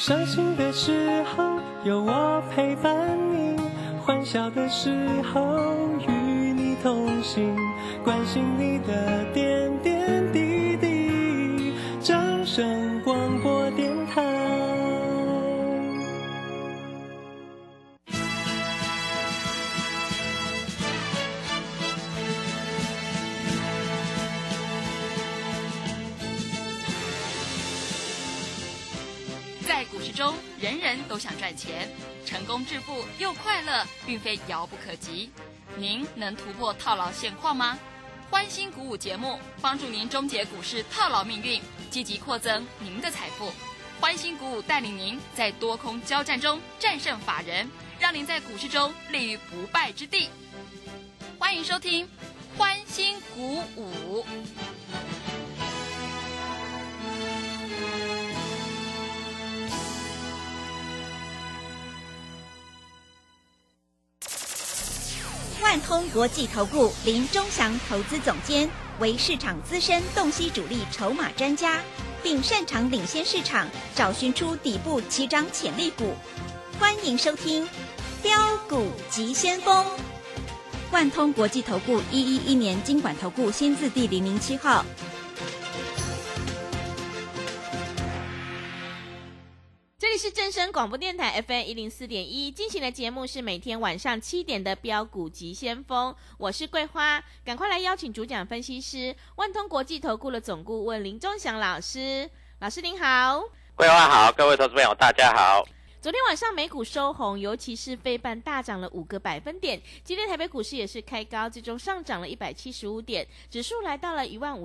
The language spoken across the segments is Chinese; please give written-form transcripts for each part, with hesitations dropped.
伤心的时候有我陪伴你，欢笑的时候与你同行，关心你的点点滴滴。掌声广播电台。 在股市中，人人都想赚钱，成功致富又快乐，并非遥不可及。您能突破套牢现况吗？欢欣鼓舞节目帮助您终结股市套牢命运，积极扩增您的财富。欢欣鼓舞带领您在多空交战中战胜法人，让您在股市中立于不败之地。欢迎收听欢欣鼓舞。 万通国际投顾林钟祥投资总监为市场资深洞悉主力筹码专家，并擅长领先市场，找寻出底部起涨潜力股。欢迎收听标股急先锋。万通国际投顾111年金管投顾新字第007号。 这里是正声广播电台 FM 104.1，进行的节目是每天晚上7点的标股急先锋，我是桂花，赶快来邀请主讲分析师万通国际投顾的总顾问林钟祥老师。老师您好。 桂花好，各位投资朋友大家好。 昨天晚上美股收红，尤其是费半大涨了5个百分点。今天台北股市也是开高，最终上涨了175点，指数来到了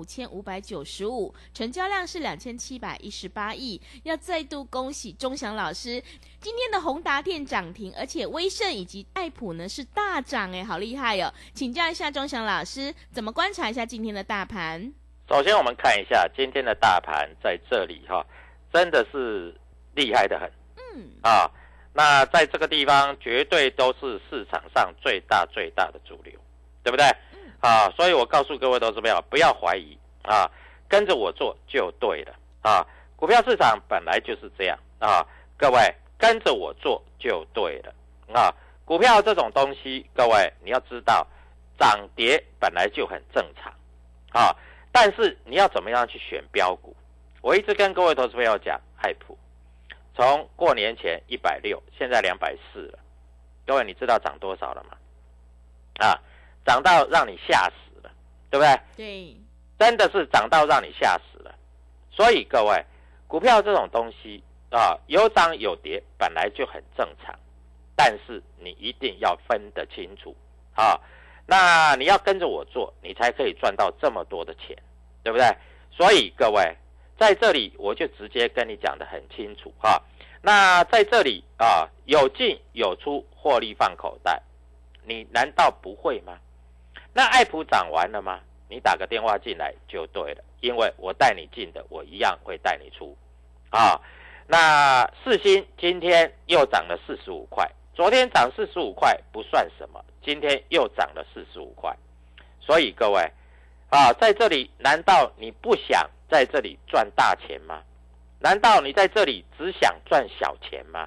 15595，成交量是2718亿。要再度恭喜钟祥老师，今天的宏达电涨停，而且威盛以及爱普呢是大涨，好厉害哦！请教一下钟祥老师，怎么观察一下今天的大盘？ 首先我们看一下今天的大盘在这里真的是厉害的很。那在这个地方绝对都是市场上最大的主流，对不对？所以我告诉各位投资朋友，不要怀疑跟着我做就对了股票市场本来就是这样各位跟着我做就对了股票这种东西，各位你要知道，涨跌本来就很正常但是你要怎么样去选标股？我一直跟各位投资朋友讲，爱普从过年前160，现在240了。各位你知道涨多少了吗？涨到让你吓死了，对不对？ 对， 真的是涨到让你吓死了。所以各位，股票这种东西有涨有跌本来就很正常，但是你一定要分得清楚那你要跟着我做，你才可以赚到这么多的钱，对不对？所以各位，在这里我就直接跟你讲得很清楚那在这里有进有出，获利放口袋，你难道不会吗？那爱普涨完了吗？你打个电话进来就对了，因为我带你进的，我一样会带你出那世芯今天又涨了45块，昨天涨45块不算什么，今天又涨了45块。所以各位在这里难道你不想在这里赚大钱吗？难道你在这里只想赚小钱吗？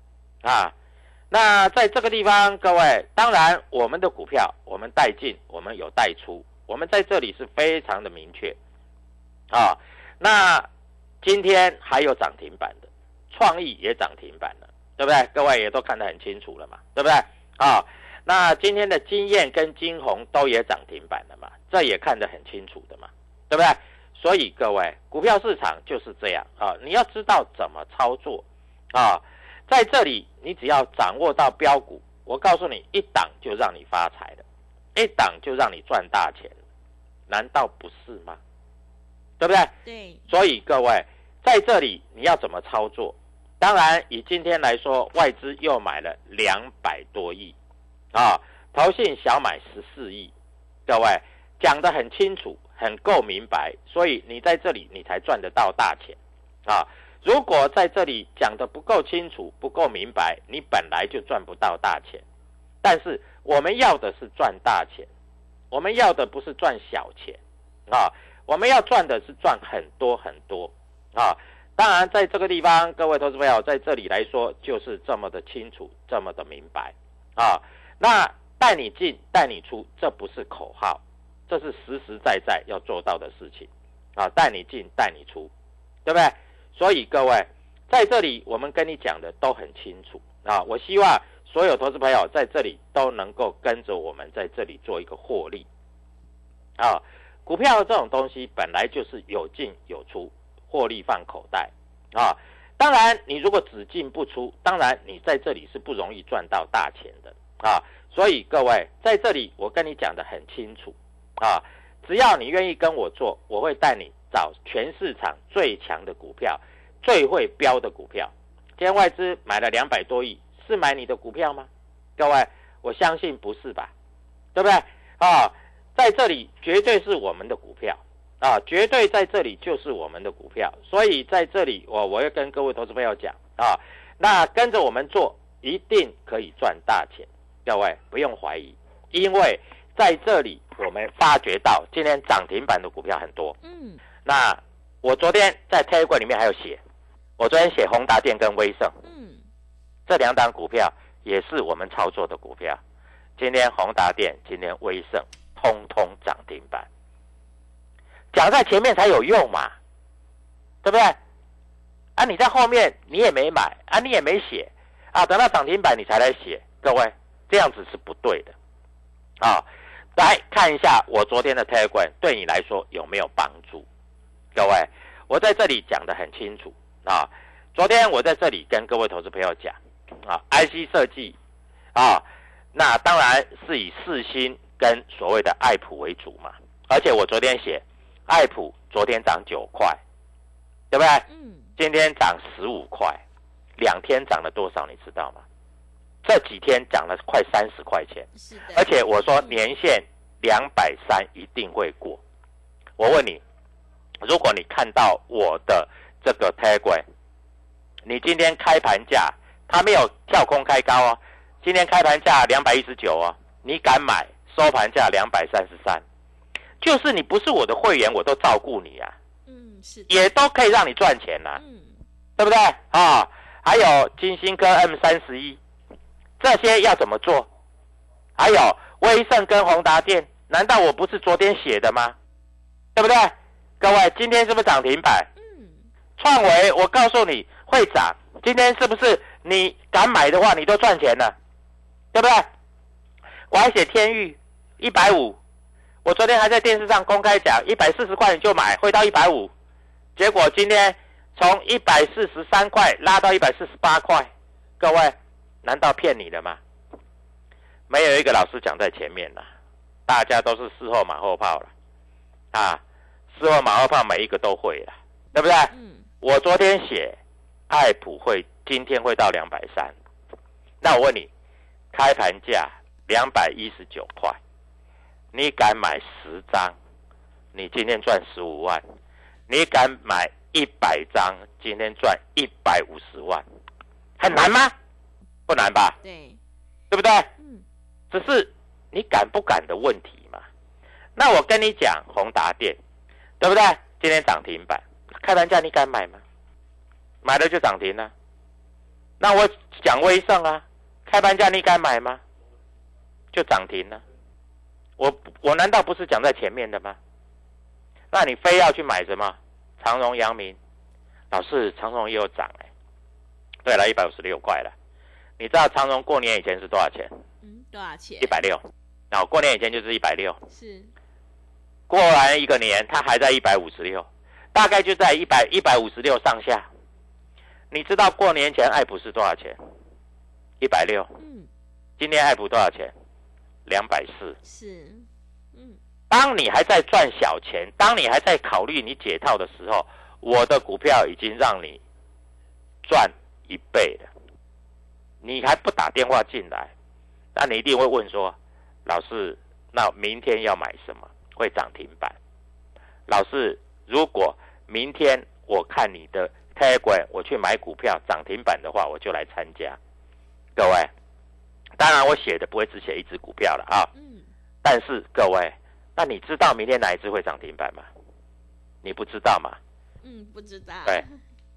那在这个地方，各位，当然我们的股票我们带进，我们有带出，我们在这里是非常的明确那今天还有涨停板的，创意也涨停板了，对不对？各位也都看得很清楚了嘛，对不对那今天的金燕跟金鸿都也涨停板了嘛，这也看得很清楚的嘛，对不对？所以各位，股票市场就是这样你要知道怎么操作在这里你只要掌握到标股，我告诉你，一档就让你发财了，一档就让你赚大钱，难道不是吗？对不对？ 对。 所以各位，在这里你要怎么操作？当然以今天来说，外资又买了200多亿投信小买14亿，各位讲得很清楚，很够明白，所以你在这里你才赚得到大钱如果在这里讲得不够清楚，不够明白，你本来就赚不到大钱。但是我们要的是赚大钱，我们要的不是赚小钱我们要赚的是赚很多很多当然在这个地方，各位投资朋友在这里来说就是这么的清楚，这么的明白啊。那带你进带你出，这不是口号，这是实实在在要做到的事情啊。带你进带你出，对不对？所以各位在这里我们跟你讲的都很清楚啊。我希望所有投资朋友在这里都能够跟着我们在这里做一个获利啊。股票这种东西本来就是有进有出，获利放口袋啊。当然你如果只进不出，当然你在这里是不容易赚到大钱的啊。所以各位在这里我跟你讲的很清楚啊，只要你愿意跟我做，我会带你找全市场最强的股票，最会标的股票。今天外资买了200多亿，是买你的股票吗？各位我相信不是吧，对不对啊？在这里绝对是我们的股票啊，绝对在这里就是我们的股票。所以在这里我要跟各位投资朋友讲啊，那跟着我们做一定可以赚大钱，各位不用怀疑，因为在这里我们发觉到今天涨停板的股票很多。那我昨天在 Telegram 里面还有写，我昨天写宏达电跟威盛，这2档股票也是我们操作的股票。今天宏达电，今天威盛，通通涨停板。讲在前面才有用嘛，对不对？啊，你在后面你也没买啊，你也没写啊，等到涨停板你才来写，各位这样子是不对的啊。来看一下我昨天的 Telegram 对你来说有没有帮助？各位，我在这里讲得很清楚啊。昨天我在这里跟各位投资朋友讲啊 ，IC 设计啊，那当然是以世芯跟所谓的爱普为主嘛。而且我昨天写爱普昨天涨9块，对不对？今天涨15块，2天涨了多少你知道吗？这几天涨了快30块钱，是的。而且我说年线230一定会过。我问你，如果你看到我的这个 Telegram， 你今天开盘价它没有跳空开高哦，今天开盘价219哦，你敢买，收盘价233，就是你不是我的会员我都照顾你啊，是的，也都可以让你赚钱啊，对不对啊？还有金星科 M31， 这些要怎么做？还有威盛跟宏达电，难道我不是昨天写的吗？对不对？各位，今天是不是涨停板？创维我告诉你会涨，今天是不是你敢买的话你都赚钱了，对不对？我还写天钰150，我昨天还在电视上公开讲140块你就买，会到150，结果今天从143块拉到148块，各位难道骗你的吗？没有一个老师讲在前面了，大家都是事后马后炮了啊，事后马后炮每一个都会了，对不对？我昨天写爱普会今天会到230，那我问你，开盘价219块，你敢买10张，你今天赚15万，你敢买100张，今天赚150万，很难吗？不难吧？对不对？只是你敢不敢的问题嘛。那我跟你讲宏达电，对不对？今天涨停板，开盘价你敢买吗？买了就涨停了。那我讲威盛啊，开盘价你敢买吗？就涨停了。我难道不是讲在前面的吗？那你非要去买什么？长荣、阳明，老师长荣也有涨对了，156块了。你知道长荣过年以前是多少钱？ 多少钱 ？160。然后过年以前就是160。 是。 过完一个年，它还在156，大概就在156上下。你知道过年前爱普是多少钱？160。今天爱普多少钱？240。 是。 当你还在赚小钱，当你还在考虑你解套的时候，我的股票已经让你赚1倍了。你还不打电话进来，那你一定会问说，老师，那明天要买什么会涨停板？老师，如果明天我看你的 Telegram 我去买股票涨停板的话，我就来参加。各位，当然我写的不会只写一只股票了啊。但是各位，那你知道明天哪一只会涨停板吗？你不知道吗？ 不知道。 对，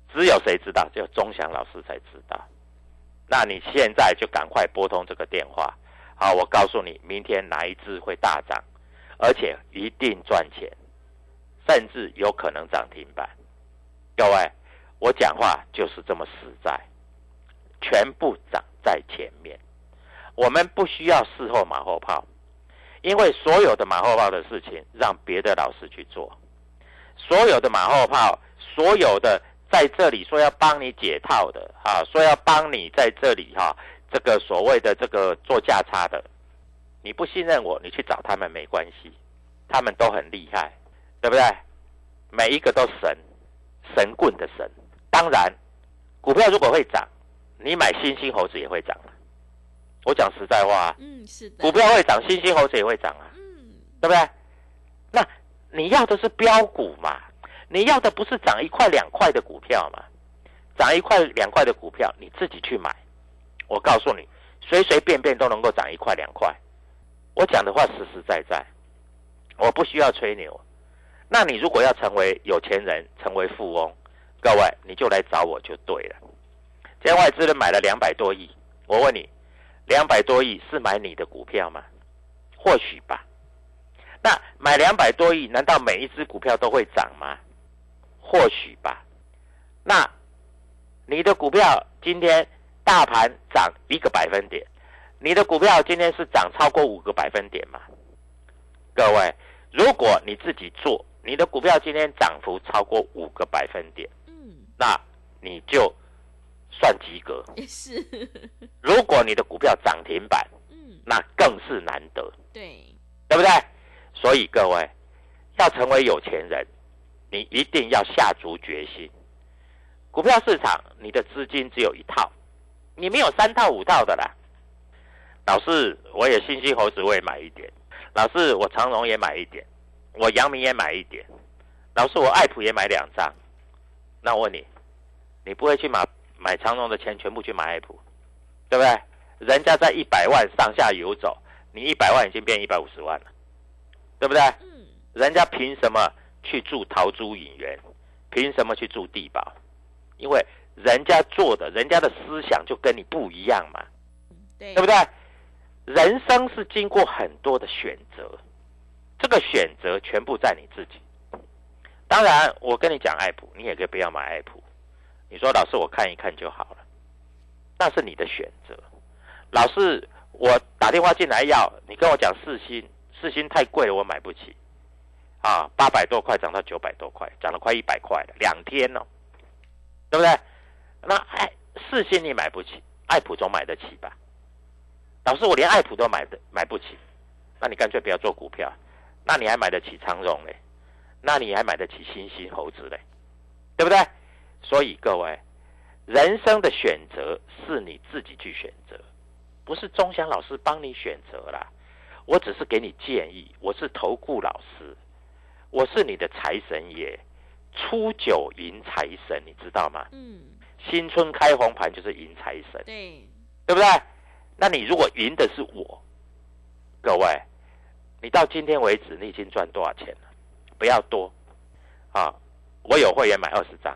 只有谁知道？只有钟祥老师才知道。那你现在就赶快拨通这个电话，好，我告诉你，明天哪一支会大涨，而且一定赚钱，甚至有可能涨停板。各位，我讲话就是这么实在，全部涨在前面，我们不需要事后马后炮，因为所有的马后炮的事情让别的老师去做，所有的马后炮，所有的在这里说要帮你解套的啊，说要帮你在这里哈，这个所谓的这个做价差的，你不信任我，你去找他们没关系，他们都很厉害，对不对？每一个都神棍的神。当然，股票如果会涨，你买星星猴子也会涨啊。我讲实在话， 是的， 股票会涨，星星猴子也会涨啊，对不对？那你要的是标股嘛？你要的不是涨1块2块的股票嘛？涨1块2块的股票，你自己去买。我告诉你，随随便便都能够涨1块2块。我讲的话实实在在，我不需要吹牛。那你如果要成为有钱人，成为富翁，各位你就来找我就对了。今天外资人买了200多亿，我问你，200多亿是买你的股票吗？或许吧。那买200多亿，难道每一只股票都会涨吗？或许吧。那你的股票今天大盘涨1个百分点，你的股票今天是涨超过5个百分点吗？各位，如果你自己做，你的股票今天涨幅超过5个百分点，那你就算及格。 也是。 如果你的股票涨停板，那更是难得， 对不对？所以各位要成为有钱人，你一定要下足决心。股票市场你的资金只有1套，你没有3套5套的啦。老师，我也星星猴子我也买一点，老师我长荣也买一点，我阳明也买一点，老师我爱普也买2张。那我问你，你不会去买长荣的钱全部去买爱普，对不对？人家在100万上下游走，你100万已经变150万了，对不对？人家凭什么去住陶朱隐园？凭什么去住地堡？因为人家做的，人家的思想就跟你不一样嘛，对不对？人生是经过很多的选择，这个选择全部在你自己。当然，我跟你讲爱普，你也可以不要买爱普。你说老师，我看一看就好了，那是你的选择。老师，我打电话进来要你跟我讲世新太贵了，我买不起啊，800多块涨到900多块，涨了快100块了，2天哦，对不对？那世新你买不起，爱普总买得起吧？老师，我连爱普都买不起，那你干脆不要做股票，那你还买得起长荣嘞？那你还买得起星星猴子嘞？对不对？所以各位，人生的选择是你自己去选择，不是钟祥老师帮你选择啦。我只是给你建议，我是投顾老师，我是你的财神爷，初九迎财神，你知道吗？新春开红盘就是迎财神，对不对？那你如果赢的是我，各位，你到今天为止你已经赚多少钱了？不要多啊！我有会员买20张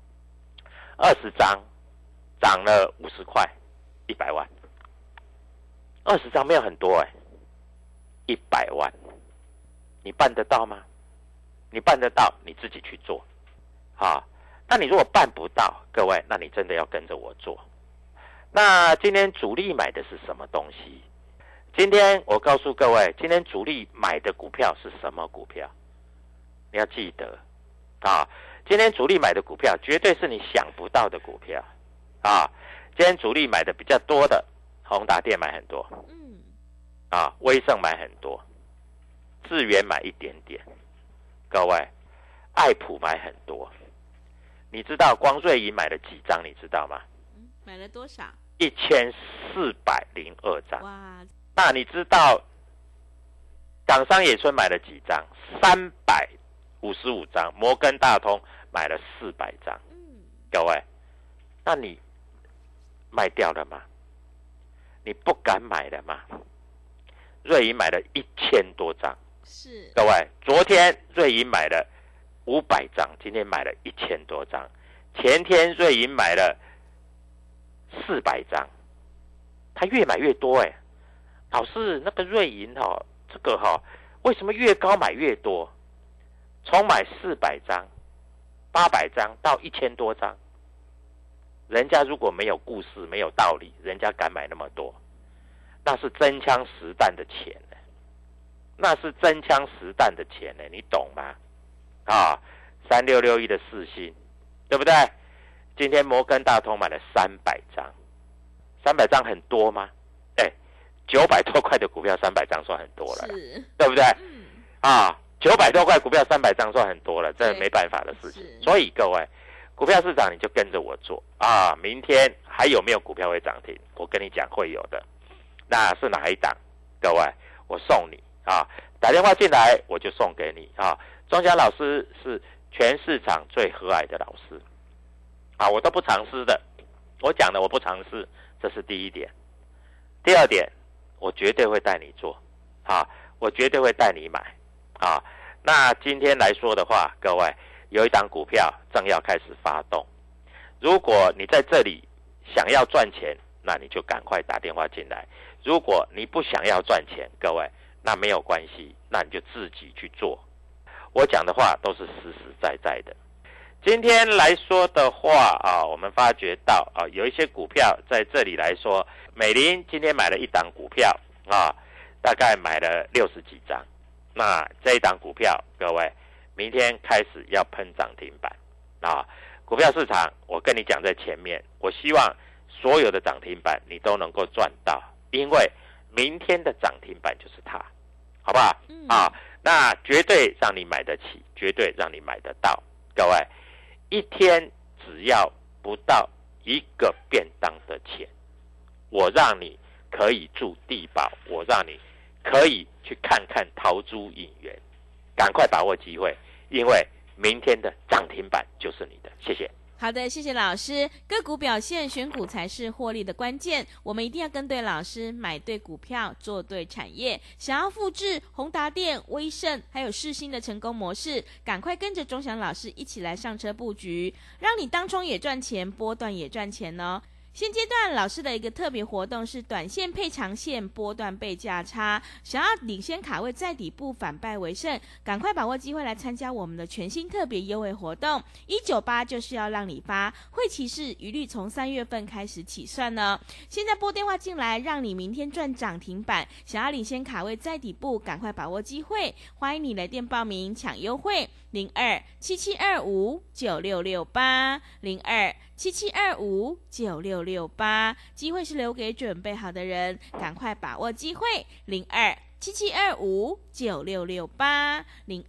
，20张涨了50块，100万。20张没有很多100万，你办得到吗？你办得到，你自己去做啊。那你如果办不到，各位，那你真的要跟着我做。那今天主力买的是什么东西？今天我告诉各位，今天主力买的股票是什么股票？你要记得啊，今天主力买的股票绝对是你想不到的股票啊。今天主力买的比较多的，宏达电买很多，啊，威盛买很多，智原买一点点，各位，爱普买很多。你知道光瑞银买了几张？你知道吗？ 买了多少 ？1402张。 哇！ 那你知道港商野村买了几张？355张。摩根大通买了400张。各位，那你卖掉了吗？你不敢买了吗？瑞银买了1000多张。 是。 各位，昨天瑞银买了500张，今天买了1000多张。 前天瑞银买了400张，他越买越多哎。老师，那个瑞银这个为什么越高买越多？从买400张、800张到1000多张，人家如果没有故事、没有道理，人家敢买那么多，那是真枪实弹的钱呢，那是真枪实弹的钱呢，你懂吗？3661的世芯，对不对？今天摩根大通买了300张，300张很多吗？900多块的股票300张算很多了，对不对？900多块股票300张算很多了，这没办法的事情。所以各位，股票市场你就跟着我做明天还有没有股票会涨停？我跟你讲会有的。那是哪一档？各位，我送你打电话进来我就送给你钟祥老师是全市场最和蔼的老师我都不藏私的，我讲的我不藏私，这是第一点。第二点，我绝对会带你做我绝对会带你买那今天来说的话，各位有一档股票正要开始发动，如果你在这里想要赚钱，那你就赶快打电话进来。如果你不想要赚钱，各位那没有关系，那你就自己去做。我讲的话都是实实在在的。今天来说的话我们发觉到有一些股票在这里来说，美林今天买了一档股票大概买了60几张。那这一档股票，各位明天开始要喷涨停板股票市场我跟你讲在前面，我希望所有的涨停板你都能够赚到，因为明天的涨停板就是它，好不好？那绝对让你买得起，绝对让你买得到。各位，一天只要不到1个便当的钱，我让你可以住地堡，我让你可以去看看陶朱隐园，赶快把握机会，因为明天的涨停板就是你的。谢谢。 好的，谢谢老师。个股表现，选股才是获利的关键。我们一定要跟对老师，买对股票，做对产业。想要复制宏达电、威盛还有世芯的成功模式，赶快跟着钟祥老师一起来上车布局，让你当冲也赚钱，波段也赚钱哦。现阶段老师的一个特别活动是短线配长线，波段倍价差，想要领先卡位在底部反败为胜，赶快把握机会来参加我们的全新特别优惠活动，198就是要让你发，会期是一律从3月份开始起算呢。现在拨电话进来，让你明天赚涨停板，想要领先卡位在底部，赶快把握机会，欢迎你来电报名抢优惠，02-7725-9668 02-7725-9668，机会是留给准备好的人，赶快把握机会，02-7725-9668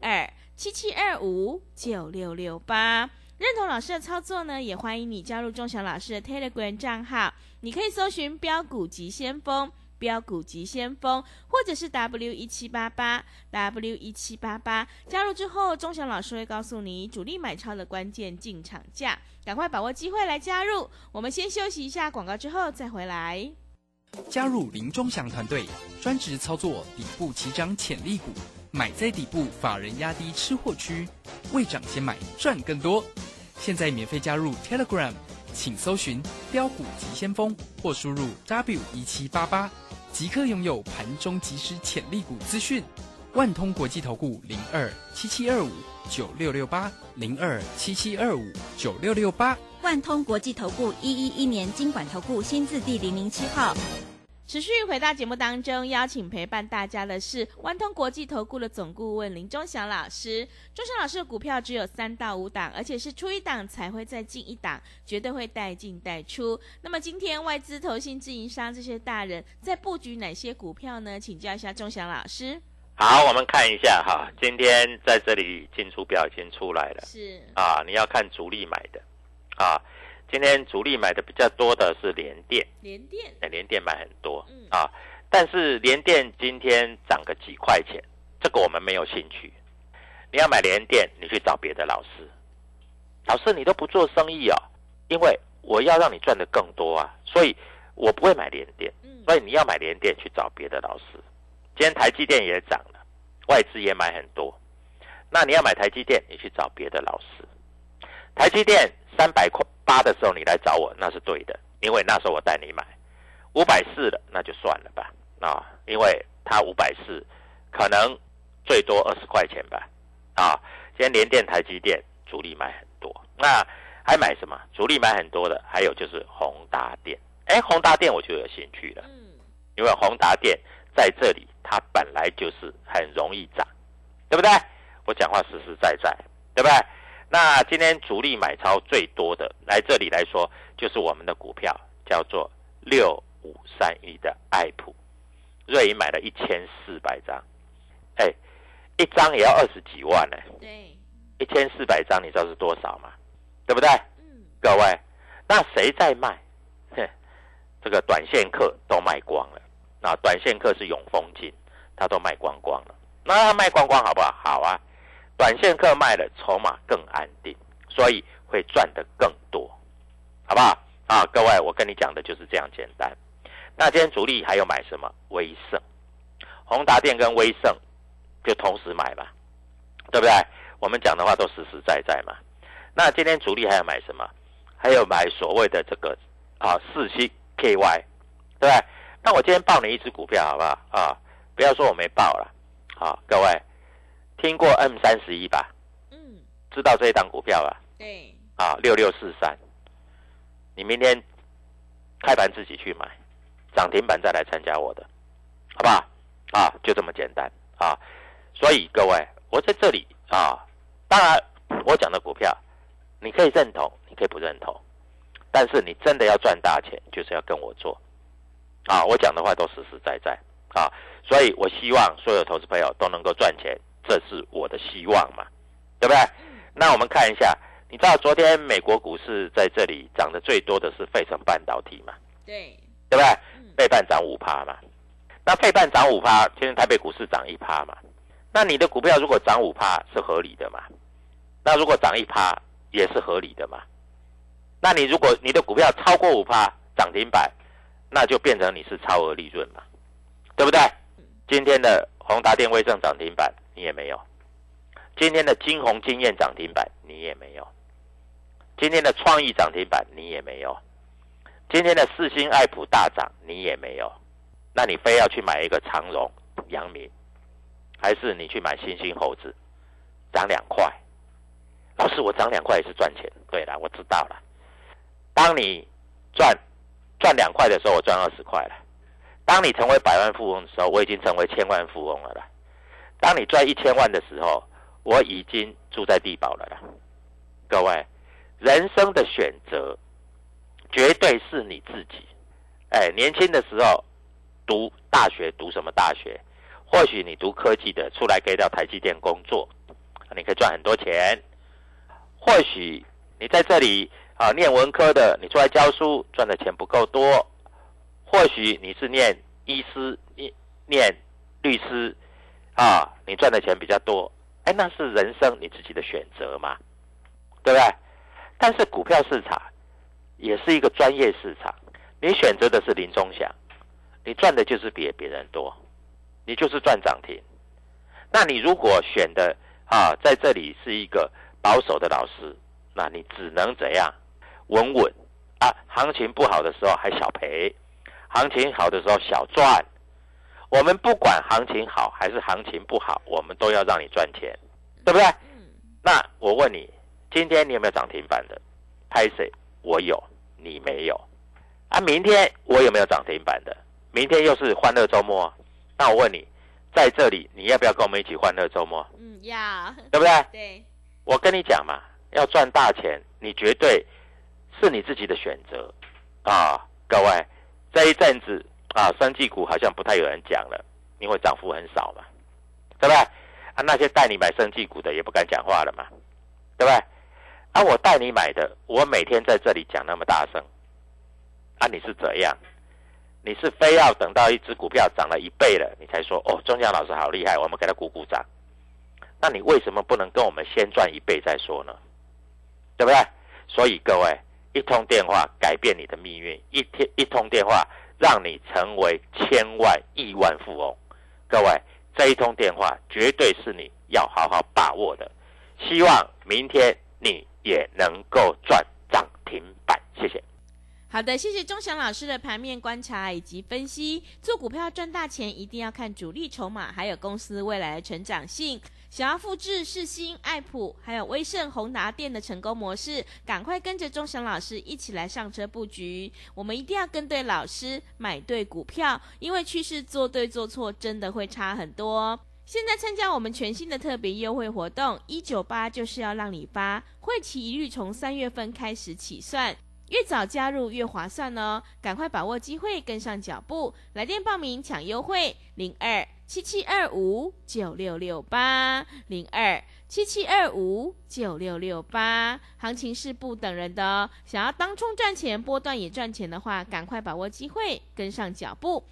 02-7725-9668。认同老师的操作呢，也欢迎你加入钟祥老师的 Telegram 账号，你可以搜寻标股急先锋，标股急先锋，或者是 W1788 W1788， 加入之后钟祥老师会告诉你主力买超的关键进场价，赶快把握机会来加入。我们先休息一下广告之后再回来。 加入林钟祥团队，专职操作底部起涨潜力股，买在底部，法人压低吃货区，未涨先买赚更多。现在免费加入 Telegram， 请搜寻标股急先锋或输入 W1788， 即刻拥有盘中即时潜力股资讯。万通国际投顾02-7725-9668 02-7725-9668。 万通国际投顾111年金管投顾新字第007号。 持续回到节目当中，邀请陪伴大家的是万通国际投顾的总顾问林钟祥老师。钟祥老师的股票只有3到5档，而且是出一档才会再进一档，绝对会带进带出。那么今天外资、投信、自营商这些大人在布局哪些股票呢？请教一下钟祥老师。 好，我们看一下今天在这里进出表已经出来了， 是你要看主力买的今天主力买的比较多的是联电，联电买很多但是联电今天涨个几块钱，这个我们没有兴趣。你要买联电，你去找别的老师，老师你都不做生意因为我要让你赚得更多所以我不会买联电，所以你要买联电去找别的老师。今天台积电也涨了，外资也买很多，那你要买台积电，你去找别的老师。台积电 380的时候你来找我，那是对的，因为那时候我带你买。540了，那就算了吧，因为它540可能最多20块钱吧，今天联电、台积电主力买很多，那还买什么？主力买很多的，还有就是宏达电。宏达电我就有兴趣了，因为宏达电在这里它本来就是很容易涨，对不对？我讲话实实在在，对不对？那今天主力买超最多的来这里来说，就是我们的股票叫做6531的爱普，瑞银买了1400张，一张也要20几万呢。 对 ，1400张你知道是多少吗？对不对？各位，那谁在卖？这个短线客都卖光了，短线客是永丰金，他都卖光光了。那他卖光光好不好？好啊，短线客卖了，筹码更安定，所以会赚得更多，好不好？各位，我跟你讲的就是这样简单。那今天主力还有买什么？威盛、宏达电跟威盛就同时买嘛，对不对？我们讲的话都实实在在嘛。那今天主力还有买什么？还有买所谓的这个47KY， 对不对？那我今天报你一只股票好不好？不要说我没报了。各位听过 M31 吧？知道这一档股票吧？ 对 ，6643。你明天开盘自己去买，涨停板再来参加我的，好不好？就这么简单啊！所以各位，我在这里当然我讲的股票，你可以认同，你可以不认同，但是你真的要赚大钱，就是要跟我做我讲的话都实实在在所以我希望所有投资朋友都能够赚钱，这是我的希望嘛，对不对？那我们看一下，你知道昨天美国股市在这里涨得最多的是费城半导体嘛？ 对不对？费半涨 5% 嘛。那费半涨 5%， 今天台北股市涨 1% 嘛。那你的股票如果涨 5% 是合理的嘛？那如果涨 1% 也是合理的嘛？那你如果你的股票超过 5% 涨停板，那就变成你是超额利润嘛，对不对？今天的宏达电、威盛涨停板你也没有，今天的金鸿金燕涨停板你也没有，今天的创意涨停板你也没有，今天的世新爱普大涨你也没有，那你非要去买一个长荣、阳明，还是你去买新兴猴子涨2块？老师，我涨2块也是赚钱。对了，我知道了。当你赚2块的时候，我赚20块了。当你成为百万富翁的时候，我已经成为千万富翁了啦。当你赚1000万的时候，我已经住在地堡了啦。各位，人生的选择绝对是你自己。年轻的时候读大学，读什么大学？或许你读科技的，出来可以到台积电工作，你可以赚很多钱。或许你在这里念文科的，你出来教书赚的钱不够多。或许你是念医师、念律师你赚的钱比较多。那是人生你自己的选择嘛，对不对？但是股票市场也是一个专业市场，你选择的是林钟祥，你赚的就是比别人多，你就是赚涨停。那你如果选的在这里是一个保守的老师，那你只能怎样？稳稳行情不好的时候还小赔，行情好的时候小赚。我们不管行情好还是行情不好，我们都要让你赚钱，对不对？那我问你，今天你有没有涨停板的？拍谁？我有，你没有。明天我有没有涨停板的？明天又是欢乐周末。那我问你，在这里你要不要跟我们一起欢乐周末？ 要， 对不对？ 对， 我跟你讲嘛，要赚大钱，你绝对是你自己的选择各位，这一阵子生技股好像不太有人讲了，因为涨幅很少嘛，对不对？那些带你买生技股的也不敢讲话了嘛，对不对？我带你买的，我每天在这里讲那么大声，你是怎样？你是非要等到一只股票涨了1倍了，你才说钟江老师好厉害，我们给他鼓鼓掌。那你为什么不能跟我们先赚1倍再说呢？对不对？所以各位，一通电话改变你的命运，一通电话让你成为千万亿万富翁。各位，这一通电话绝对是你要好好把握的。希望明天你也能够赚涨停板。谢谢。 好的，谢谢钟祥老师的盘面观察以及分析。做股票赚大钱，一定要看主力筹码，还有公司未来的成长性。想要复制世新、爱普还有威盛、宏达电的成功模式，赶快跟着钟祥老师一起来上车布局。我们一定要跟对老师，买对股票，因为趋势做对做错真的会差很多。现在参加我们全新的特别优惠活动，198就是要让你发，会期一律从3月份开始起算。越早加入越划算哦，赶快把握机会，跟上脚步，来电报名抢优惠，02-7725-9668 02-7725-9668。行情是不等人的哦，想要当冲赚钱，波段也赚钱的话，赶快把握机会，跟上脚步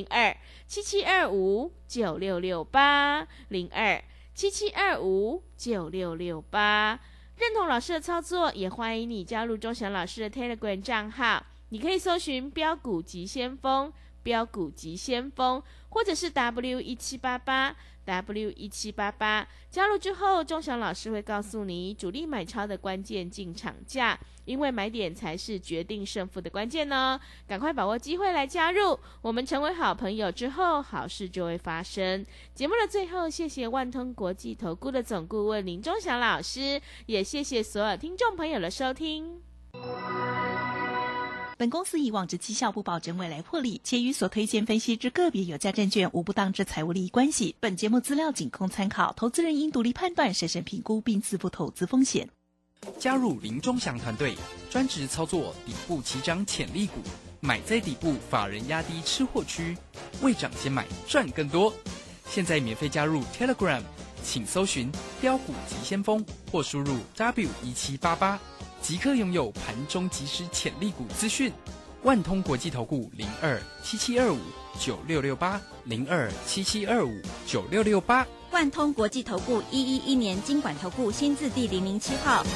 ，02-7725-9668 02-7725-9668。认同老师的操作，也欢迎你加入钟祥老师的 Telegram 账号，你可以搜寻标股急先锋、标股急先锋，或者是 W1788 W1788。加入之后，钟祥老师会告诉你主力买超的关键进场价，因为买点才是决定胜负的关键呢。赶快把握机会来加入，我们成为好朋友之后，好事就会发生。节目的最后，谢谢万通国际投顾的总顾问林钟祥老师，也谢谢所有听众朋友的收听。 本公司以往之绩效不保证未来获利，且与所推荐分析之个别有价证券无不当之财务利益关系。本节目资料仅供参考，投资人应独立判断、审慎评估并自负投资风险。 加入林钟祥团队，专职操作底部起涨潜力股，买在底部，法人压低吃货区，未涨先买赚更多。现在免费加入 Telegram， 请搜寻标股急先锋或输入 W1788，即刻拥有盘中即时潜力股资讯。万通国际投顾02-7725-9668 02-7725-9668。 万通国际投顾111年金管投顾新字第007号。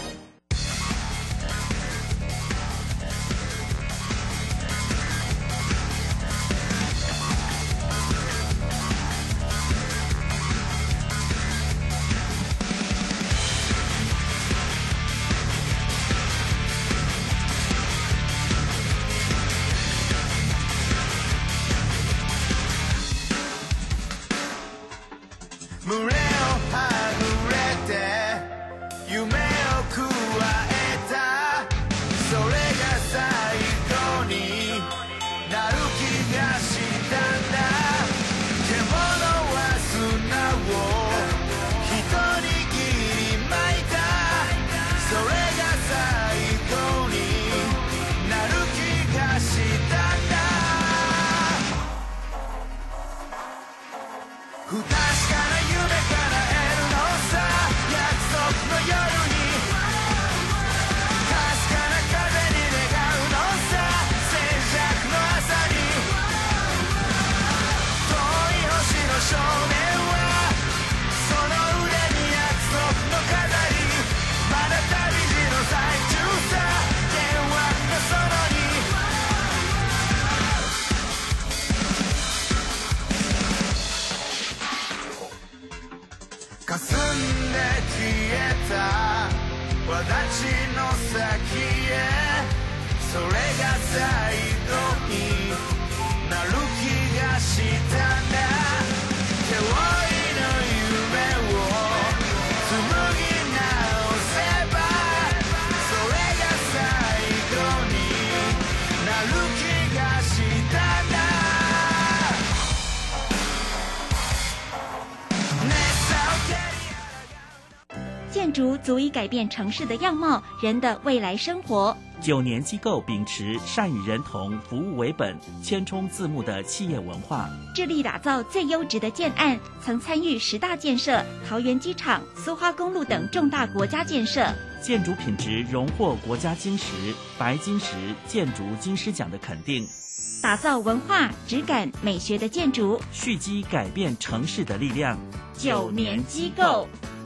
建筑足以改变城市的样貌，人的未来生活。 9年机构秉持善与人同、服务为本、千冲自牧的企业文化， 致力打造最优质的建案，曾参与10大建设、桃园机场、苏花公路等重大国家建设。 建筑品质荣获国家金石、白金石建筑金狮奖的肯定， 打造文化、质感、美学的建筑， 蓄积改变城市的力量。 9年机构。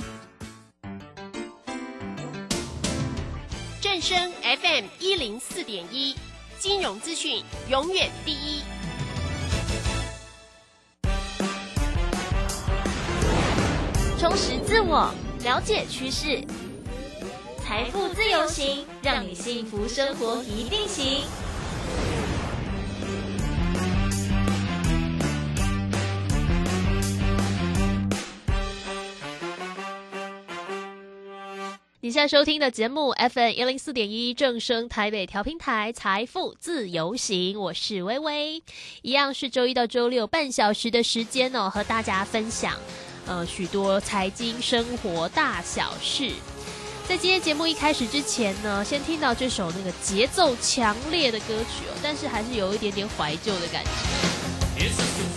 正声 FM 104.1，金融资讯永远第一。充实自我，了解趋势，财财富自由行，让你幸福生活一定行。 你现在收听的节目 FM104.1 正声台北调频台财富自由行，我是微微，一样是周一到周六半小时的时间哦，和大家分享许多财经生活大小事。在今天节目一开始之前呢，先听到这首那个节奏强烈的歌曲哦，但是还是有一点点怀旧的感觉。